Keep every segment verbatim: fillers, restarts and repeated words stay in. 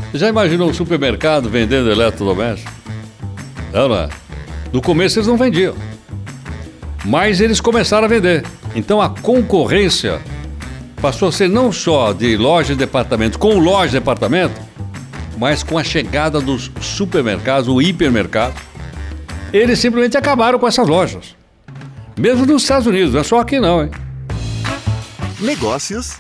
Já imaginou um supermercado vendendo eletrodoméstico? Não, não é? No começo eles não vendiam, mas eles começaram a vender. Então a concorrência passou a ser não só de loja de departamento com loja de departamento, mas com a chegada dos supermercados, o hipermercado. Eles simplesmente acabaram com essas lojas. Mesmo nos Estados Unidos, não é só aqui não, hein? Negócios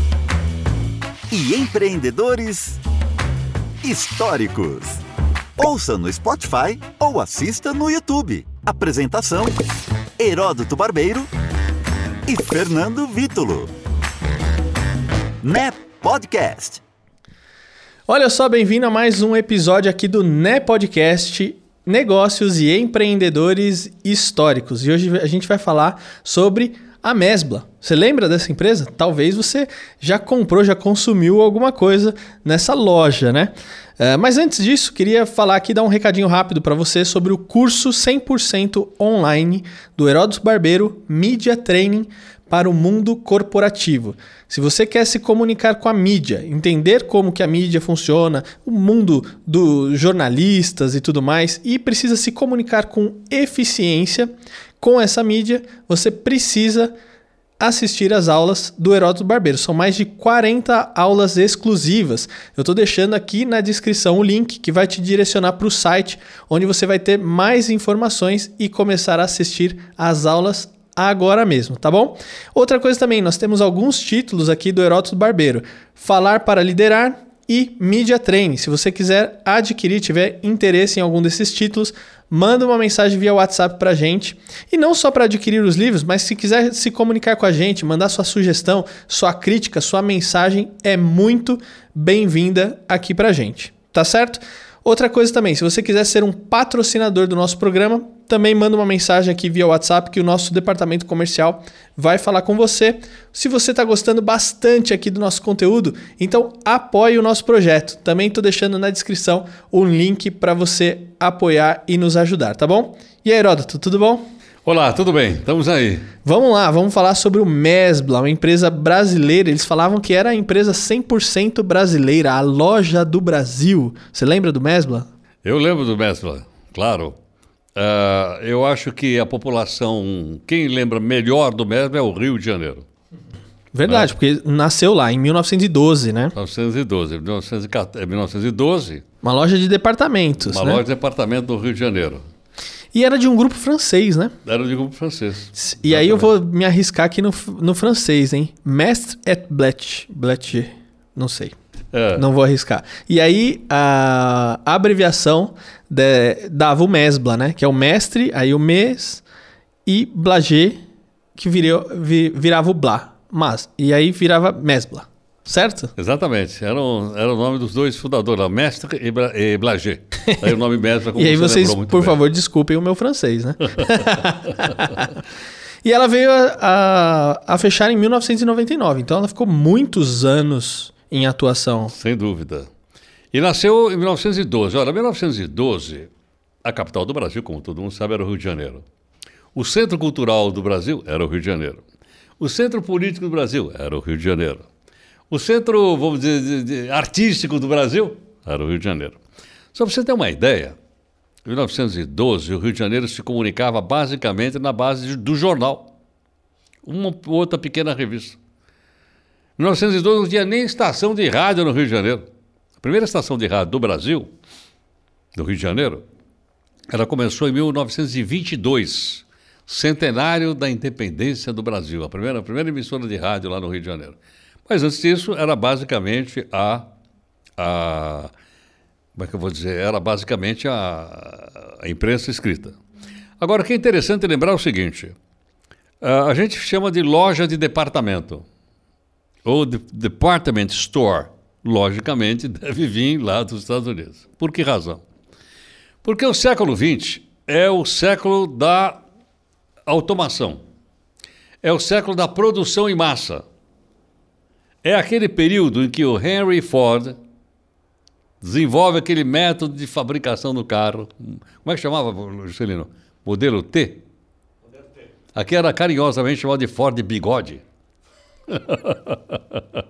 e empreendedores históricos. Ouça no Spotify ou assista no YouTube. Apresentação: Heródoto Barbeiro e Fernando Vítulo. Né Podcast. Olha só, bem-vindo a mais um episódio aqui do Né Podcast, Negócios e Empreendedores Históricos. E hoje a gente vai falar sobre a Mesbla. Você lembra dessa empresa? Talvez você já comprou, já consumiu alguma coisa nessa loja, né? Uh, mas antes disso, queria falar aqui, dar um recadinho rápido para você sobre o curso cem por cento online do Heródoto Barbeiro, Media Training para o mundo corporativo. Se você quer se comunicar com a mídia, entender como que a mídia funciona, o mundo dos jornalistas e tudo mais, e precisa se comunicar com eficiência com essa mídia, você precisa assistir às aulas do Heródoto Barbeiro. São mais de quarenta aulas exclusivas. Eu estou deixando aqui na descrição o link que vai te direcionar para o site, onde você vai ter mais informações e começar a assistir às aulas agora mesmo, tá bom? Outra coisa também, nós temos alguns títulos aqui do Heródoto Barbeiro. Falar para liderar e Media Training. Se você quiser adquirir, tiver interesse em algum desses títulos, manda uma mensagem via WhatsApp pra gente. E não só para adquirir os livros, mas se quiser se comunicar com a gente, mandar sua sugestão, sua crítica, sua mensagem, é muito bem-vinda aqui pra gente. Tá certo? Outra coisa também, se você quiser ser um patrocinador do nosso programa, também manda uma mensagem aqui via WhatsApp que o nosso departamento comercial vai falar com você. Se você está gostando bastante aqui do nosso conteúdo, então apoie o nosso projeto. Também estou deixando na descrição o link para você apoiar e nos ajudar, tá bom? E aí, Heródoto, tudo bom? Olá, tudo bem? Estamos aí. Vamos lá, vamos falar sobre o Mesbla, uma empresa brasileira. Eles falavam que era a empresa cem por cento brasileira, a loja do Brasil. Você lembra do Mesbla? Eu lembro do Mesbla, claro. Uh, eu acho que a população, quem lembra melhor do Mesbla é o Rio de Janeiro. Verdade, né? Porque nasceu lá em mil novecentos e doze, né? mil novecentos e doze, mil novecentos e doze. Uma loja de departamentos, Uma né? loja de departamento do Rio de Janeiro. E era de um grupo francês, né? Era de um grupo francês. E exatamente. Aí eu vou me arriscar aqui no, no francês, hein? Mestre et Bletch. Bletch, não sei. É. Não vou arriscar. E aí a, a abreviação de, dava o Mesbla, né? Que é o mestre, aí o mes e Blager, que virou, vir, virava o Blá. Mas, e aí virava Mesbla, certo? Exatamente. Era o, era o nome dos dois fundadores, Mestre e, Bla, e Blager. Aí o nome Mesbla, como e aí você vocês, muito por bem. favor, desculpem o meu francês, né? E ela veio a, a, a fechar em mil novecentos e noventa e nove. Então ela ficou muitos anos em atuação. Sem dúvida. E nasceu em mil novecentos e doze. Olha, mil novecentos e doze, a capital do Brasil, como todo mundo sabe, era o Rio de Janeiro. O centro cultural do Brasil era o Rio de Janeiro. O centro político do Brasil era o Rio de Janeiro. O centro, vamos dizer, de, de, artístico do Brasil era o Rio de Janeiro. Só para você ter uma ideia, em mil novecentos e doze, o Rio de Janeiro se comunicava basicamente na base de, do jornal. Uma outra pequena revista. Em mil novecentos e doze não tinha nem estação de rádio no Rio de Janeiro. A primeira estação de rádio do Brasil, do Rio de Janeiro, ela começou em mil novecentos e vinte e dois, centenário da independência do Brasil, a primeira, a primeira emissora de rádio lá no Rio de Janeiro. Mas antes disso era basicamente a, a como é que eu vou dizer, era basicamente a, a imprensa escrita. Agora, o que é interessante lembrar é o seguinte, a, a gente chama de loja de departamento, ou de department store, logicamente deve vir lá dos Estados Unidos. Por que razão? Porque o século vinte é o século da automação, é o século da produção em massa. É aquele período em que o Henry Ford desenvolve aquele método de fabricação do carro. Como é que chamava, Juscelino? Modelo T? Modelo T. Aqui era carinhosamente chamado de Ford Bigode.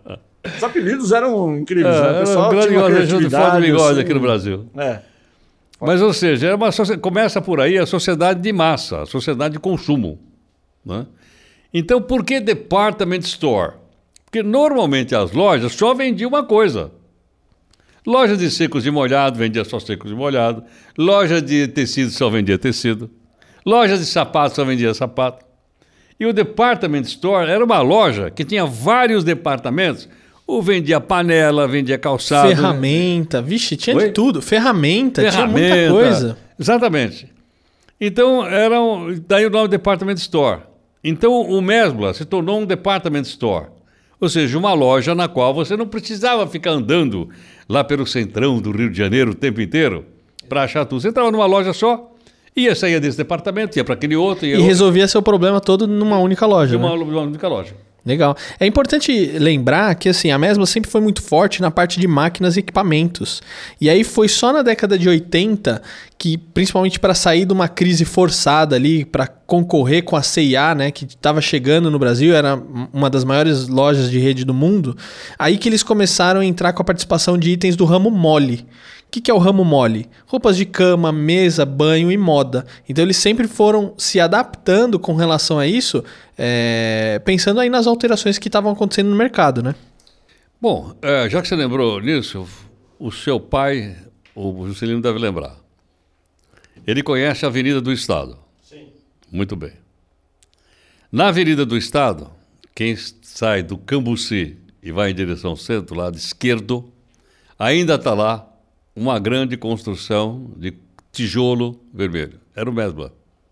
Os apelidos eram incríveis, É, né? O era pessoal um grande tinha uma negócio de criatividade, foto de bigode assim. aqui no Brasil. É. Mas, ou seja, é uma, socie- começa por aí a sociedade de massa, a sociedade de consumo. Né? Então, por que department store? Porque normalmente as lojas só vendiam uma coisa. Loja de secos e molhados vendia só secos e molhados. Loja de tecido só vendia tecido. Loja de sapato só vendia sapato. E o department store era uma loja que tinha vários departamentos. Ou vendia panela, vendia calçado. Ferramenta, vixe, tinha Oi? de tudo. Ferramenta, tinha Ferramenta. muita coisa. Exatamente. Então, era um, daí o nome Department Store. Então, o Mesbla se tornou um Department Store. Ou seja, uma loja na qual você não precisava ficar andando lá pelo centrão do Rio de Janeiro o tempo inteiro para achar tudo. Você entrava numa loja só, ia sair desse departamento, ia para aquele outro. Ia E outro, resolvia seu problema todo numa única loja. de uma, né? uma única loja. Legal. É importante lembrar que assim, a Mesbla sempre foi muito forte na parte de máquinas e equipamentos. E aí foi só na década de oitenta que, principalmente para sair de uma crise forçada ali, para concorrer com a C e A, né, que estava chegando no Brasil, era uma das maiores lojas de rede do mundo, aí que eles começaram a entrar com a participação de itens do ramo mole. O que, que é o ramo mole? Roupas de cama, mesa, banho e moda. Então eles sempre foram se adaptando com relação a isso, é, pensando aí nas alterações que estavam acontecendo no mercado, né? Bom, é, já que você lembrou nisso, o seu pai, o Juscelino deve lembrar. Ele conhece a Avenida do Estado. Sim. Muito bem. Na Avenida do Estado, quem sai do Cambuci e vai em direção ao centro, lado esquerdo, ainda está lá uma grande construção de tijolo vermelho. Era o Mesbla.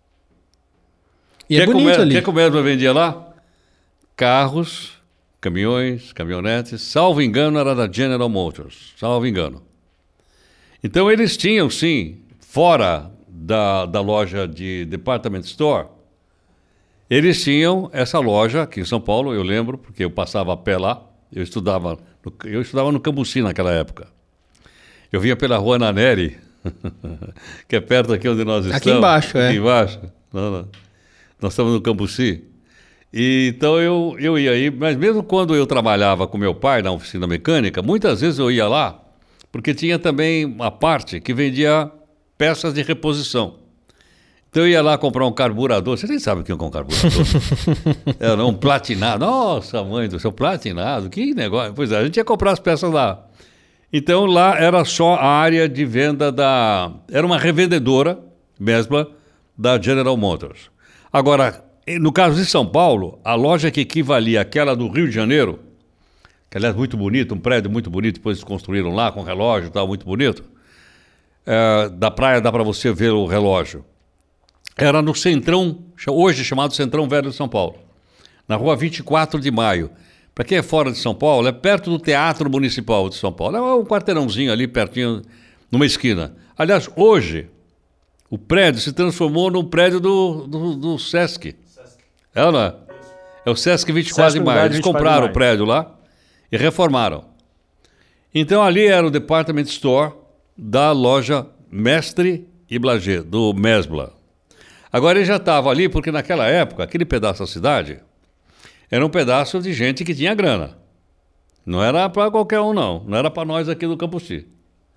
E é que bonito que o, ali. O que, que o Mesbla vendia lá? Carros, caminhões, caminhonetes. Salvo engano, era da General Motors. Salvo engano. Então, eles tinham, sim, fora da, da loja de department store, eles tinham essa loja aqui em São Paulo, eu lembro, porque eu passava a pé lá. Eu estudava no, eu estudava no Cambuci naquela época. Eu vinha pela rua Naneri, que é perto aqui onde nós estamos. Aqui embaixo, é. Aqui embaixo. Não, não. Nós estamos no Cambuci. E, então eu, eu ia aí, mas mesmo quando eu trabalhava com meu pai na oficina mecânica, muitas vezes eu ia lá, porque tinha também uma parte que vendia peças de reposição. Então eu ia lá comprar um carburador. Você nem sabe o que é um carburador. Era um platinado. Nossa, mãe do céu, platinado. Que negócio. Pois é, a gente ia comprar as peças lá. Então lá era só a área de venda da... Era uma revendedora, Mesbla, da General Motors. Agora, no caso de São Paulo, a loja que equivalia àquela do Rio de Janeiro, que aliás muito bonito, um prédio muito bonito, depois eles construíram lá com relógio e tal, muito bonito. É, da praia dá para você ver o relógio. Era no Centrão, hoje chamado Centrão Velho de São Paulo, na rua vinte e quatro de maio. Para quem é fora de São Paulo, é perto do Teatro Municipal de São Paulo. É um quarteirãozinho ali, pertinho, numa esquina. Aliás, hoje, o prédio se transformou num prédio do, do, do Sesc. Sesc. É ou não é? É o Sesc vinte e quatro Sesc de maio. Eles compraram o prédio lá e reformaram. Então, ali era o department store da loja Mestre e Blager, do Mesbla. Agora, ele já estava ali porque, naquela época, aquele pedaço da cidade era um pedaço de gente que tinha grana. Não era para qualquer um, não. Não era para nós aqui do Cambuci.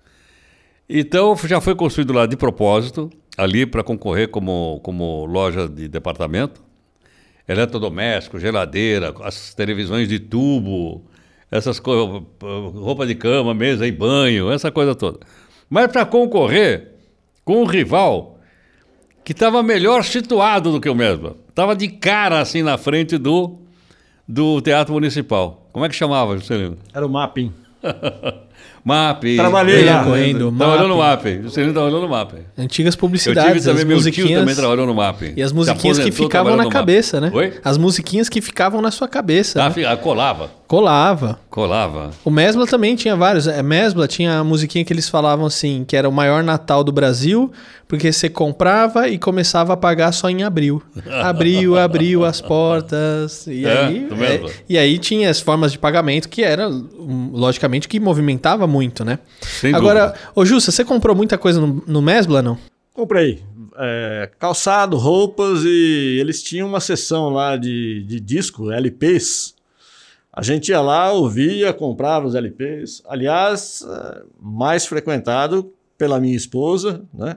Então, já foi construído lá de propósito, ali para concorrer como, como loja de departamento. Eletrodoméstico, geladeira, as televisões de tubo, essas coisas, roupa de cama, mesa e banho, essa coisa toda. Mas para concorrer com um rival que estava melhor situado do que o mesmo. Estava de cara assim na frente do, do Teatro Municipal. Como é que chamava, Juscelino? Era o Mapping. Mapping. Trabalhei lá. Correndo, Trabalhou no Mapping. Juscelino trabalhou no Mapping. Antigas Eu publicidades, tive também, as meu musiquinhas... tio também trabalhou no Mapping. E as Se musiquinhas que aposentou ficavam na trabalhando no cabeça, né? Mapping. Oi? As musiquinhas que ficavam na sua cabeça. Ah, né? fi- ah, colava. Colava. Colava. O Mesbla também tinha vários. É, Mesbla tinha a musiquinha que eles falavam assim, que era o maior Natal do Brasil, porque você comprava e começava a pagar só em abril. Abril, abriu as portas. E, É, aí, do Mesbla. é, e aí tinha as formas de pagamento que era, hum, logicamente, que movimentava muito, né? Sem Agora, dúvida. ô Jussa, você comprou muita coisa no, no Mesbla, não? Comprei é, calçado, roupas e eles tinham uma seção lá de, de disco, L Ps. A gente ia lá, ouvia, comprava os L Ps. Aliás, mais frequentado pela minha esposa, né?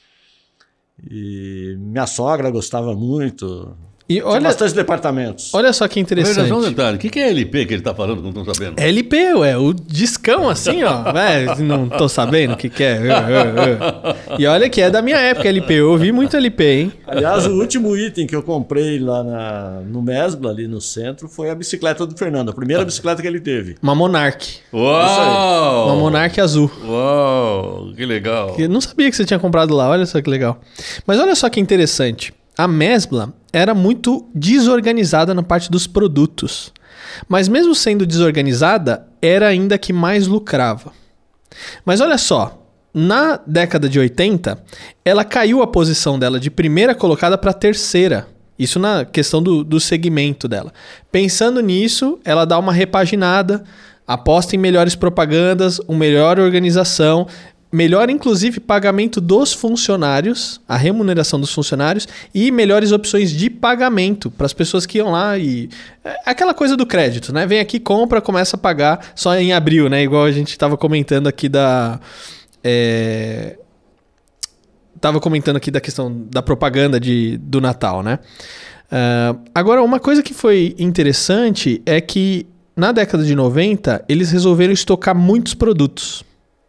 E minha sogra gostava muito. E olha, tinha bastante departamentos. Olha só que interessante. Veja só um detalhe. O que é L P que ele está falando, não estou sabendo? L P, ué, o discão assim, ó. Véio, não tô sabendo o que, que é. E olha que é da minha época L P. Eu ouvi muito L P, hein? Aliás, o último item que eu comprei lá na, no Mesbla, ali no centro, foi a bicicleta do Fernando. A primeira bicicleta que ele teve. Uma Monarch. Uau! Uma Monarch azul. Uau, que legal. Eu não sabia que você tinha comprado lá, olha só que legal. Mas olha só que interessante. A Mesbla era muito desorganizada na parte dos produtos. Mas mesmo sendo desorganizada, era ainda a que mais lucrava. Mas olha só, na década de oitenta, ela caiu a posição dela de primeira colocada para terceira. Isso na questão do, do segmento dela. Pensando nisso, ela dá uma repaginada, aposta em melhores propagandas, uma melhor organização, melhor inclusive pagamento dos funcionários, a remuneração dos funcionários e melhores opções de pagamento para as pessoas que iam lá e... Aquela coisa do crédito, né? Vem aqui, compra, começa a pagar só em abril, né? Igual a gente estava comentando aqui da... É... Tava comentando aqui da questão da propaganda de, do Natal, né? Uh, agora, uma coisa que foi interessante é que na década de noventa eles resolveram estocar muitos produtos.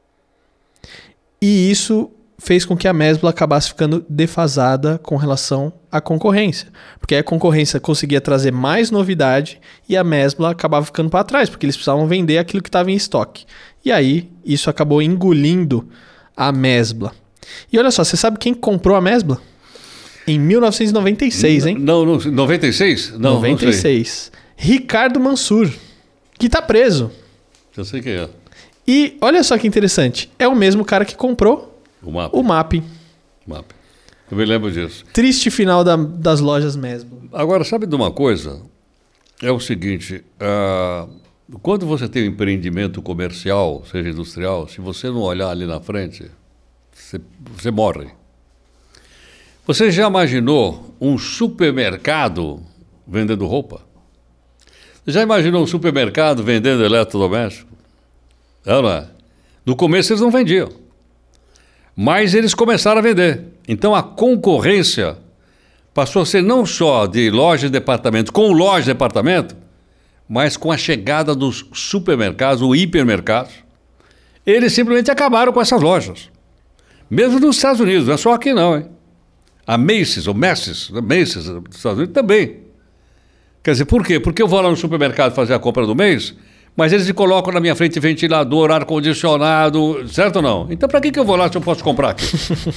E isso fez com que a Mesbla acabasse ficando defasada com relação à concorrência. Porque a concorrência conseguia trazer mais novidade e a Mesbla acabava ficando para trás, porque eles precisavam vender aquilo que estava em estoque. E aí, isso acabou engolindo a Mesbla. E olha só, você sabe quem comprou a Mesbla? Em mil novecentos e noventa e seis, hein? Não, não, noventa e seis? Não, noventa e seis. Não sei. Ricardo Mansur, que está preso. Eu sei quem é. E olha só que interessante, é o mesmo cara que comprou o MAP. O MAP. MAP. Eu me lembro disso. Triste final da, das lojas Mesbla. Agora, sabe de uma coisa? É o seguinte, uh, quando você tem um empreendimento comercial, seja industrial, se você não olhar ali na frente, você, você morre. Você já imaginou um supermercado vendendo roupa? Você já imaginou um supermercado vendendo eletrodoméstico? Não, não é? No começo eles não vendiam, mas eles começaram a vender. Então a concorrência passou a ser não só de loja de departamento, com loja de departamento, mas com a chegada dos supermercados, ou hipermercados. Eles simplesmente acabaram com essas lojas. Mesmo nos Estados Unidos, não é só aqui não, hein? A Macy's, ou Macy's, Macy's dos Estados Unidos também. Quer dizer, por quê? Porque eu vou lá no supermercado fazer a compra do mês, mas eles me colocam na minha frente ventilador, ar-condicionado, certo ou não? Então, para que, que eu vou lá se eu posso comprar aqui?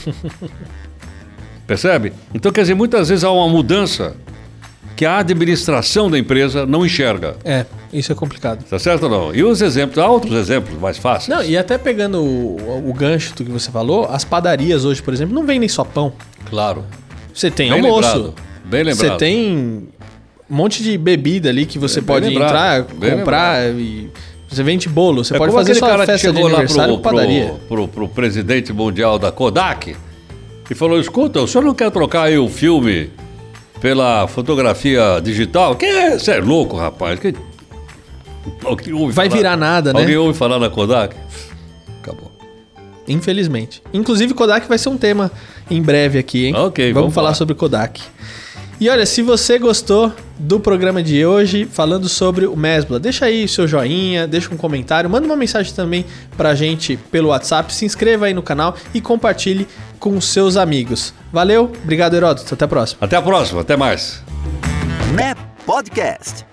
Percebe? Então, quer dizer, muitas vezes há uma mudança que a administração da empresa não enxerga. É, isso é complicado. Tá certo ou não? E os exemplos, há outros exemplos mais fáceis. Não, e até pegando o, o gancho do que você falou, as padarias hoje, por exemplo, não vendem só pão. Claro. Você tem bem almoço. Lembrado, bem lembrado. Você tem um monte de bebida ali que você bem pode lembrado, entrar, bem comprar lembrado. e... Você vende bolo, você é pode como fazer sua cara festa que de chegou aniversário lá com pro, padaria. pro, pro, pro presidente mundial da Kodak e falou, escuta, o senhor não quer trocar aí o filme pela fotografia digital? Que é, você é louco, rapaz. Que... Vai falar, virar nada, né? Alguém ouve falar na Kodak? Acabou. Infelizmente. Inclusive, Kodak vai ser um tema em breve aqui, hein? Ok, vamos, vamos falar, falar sobre Kodak. E olha, se você gostou do programa de hoje, falando sobre o Mesbla, deixa aí seu joinha, deixa um comentário, manda uma mensagem também pra gente pelo WhatsApp, se inscreva aí no canal e compartilhe com os seus amigos. Valeu, obrigado, Heródoto, até a próxima. Até a próxima, até mais. N E P Podcast.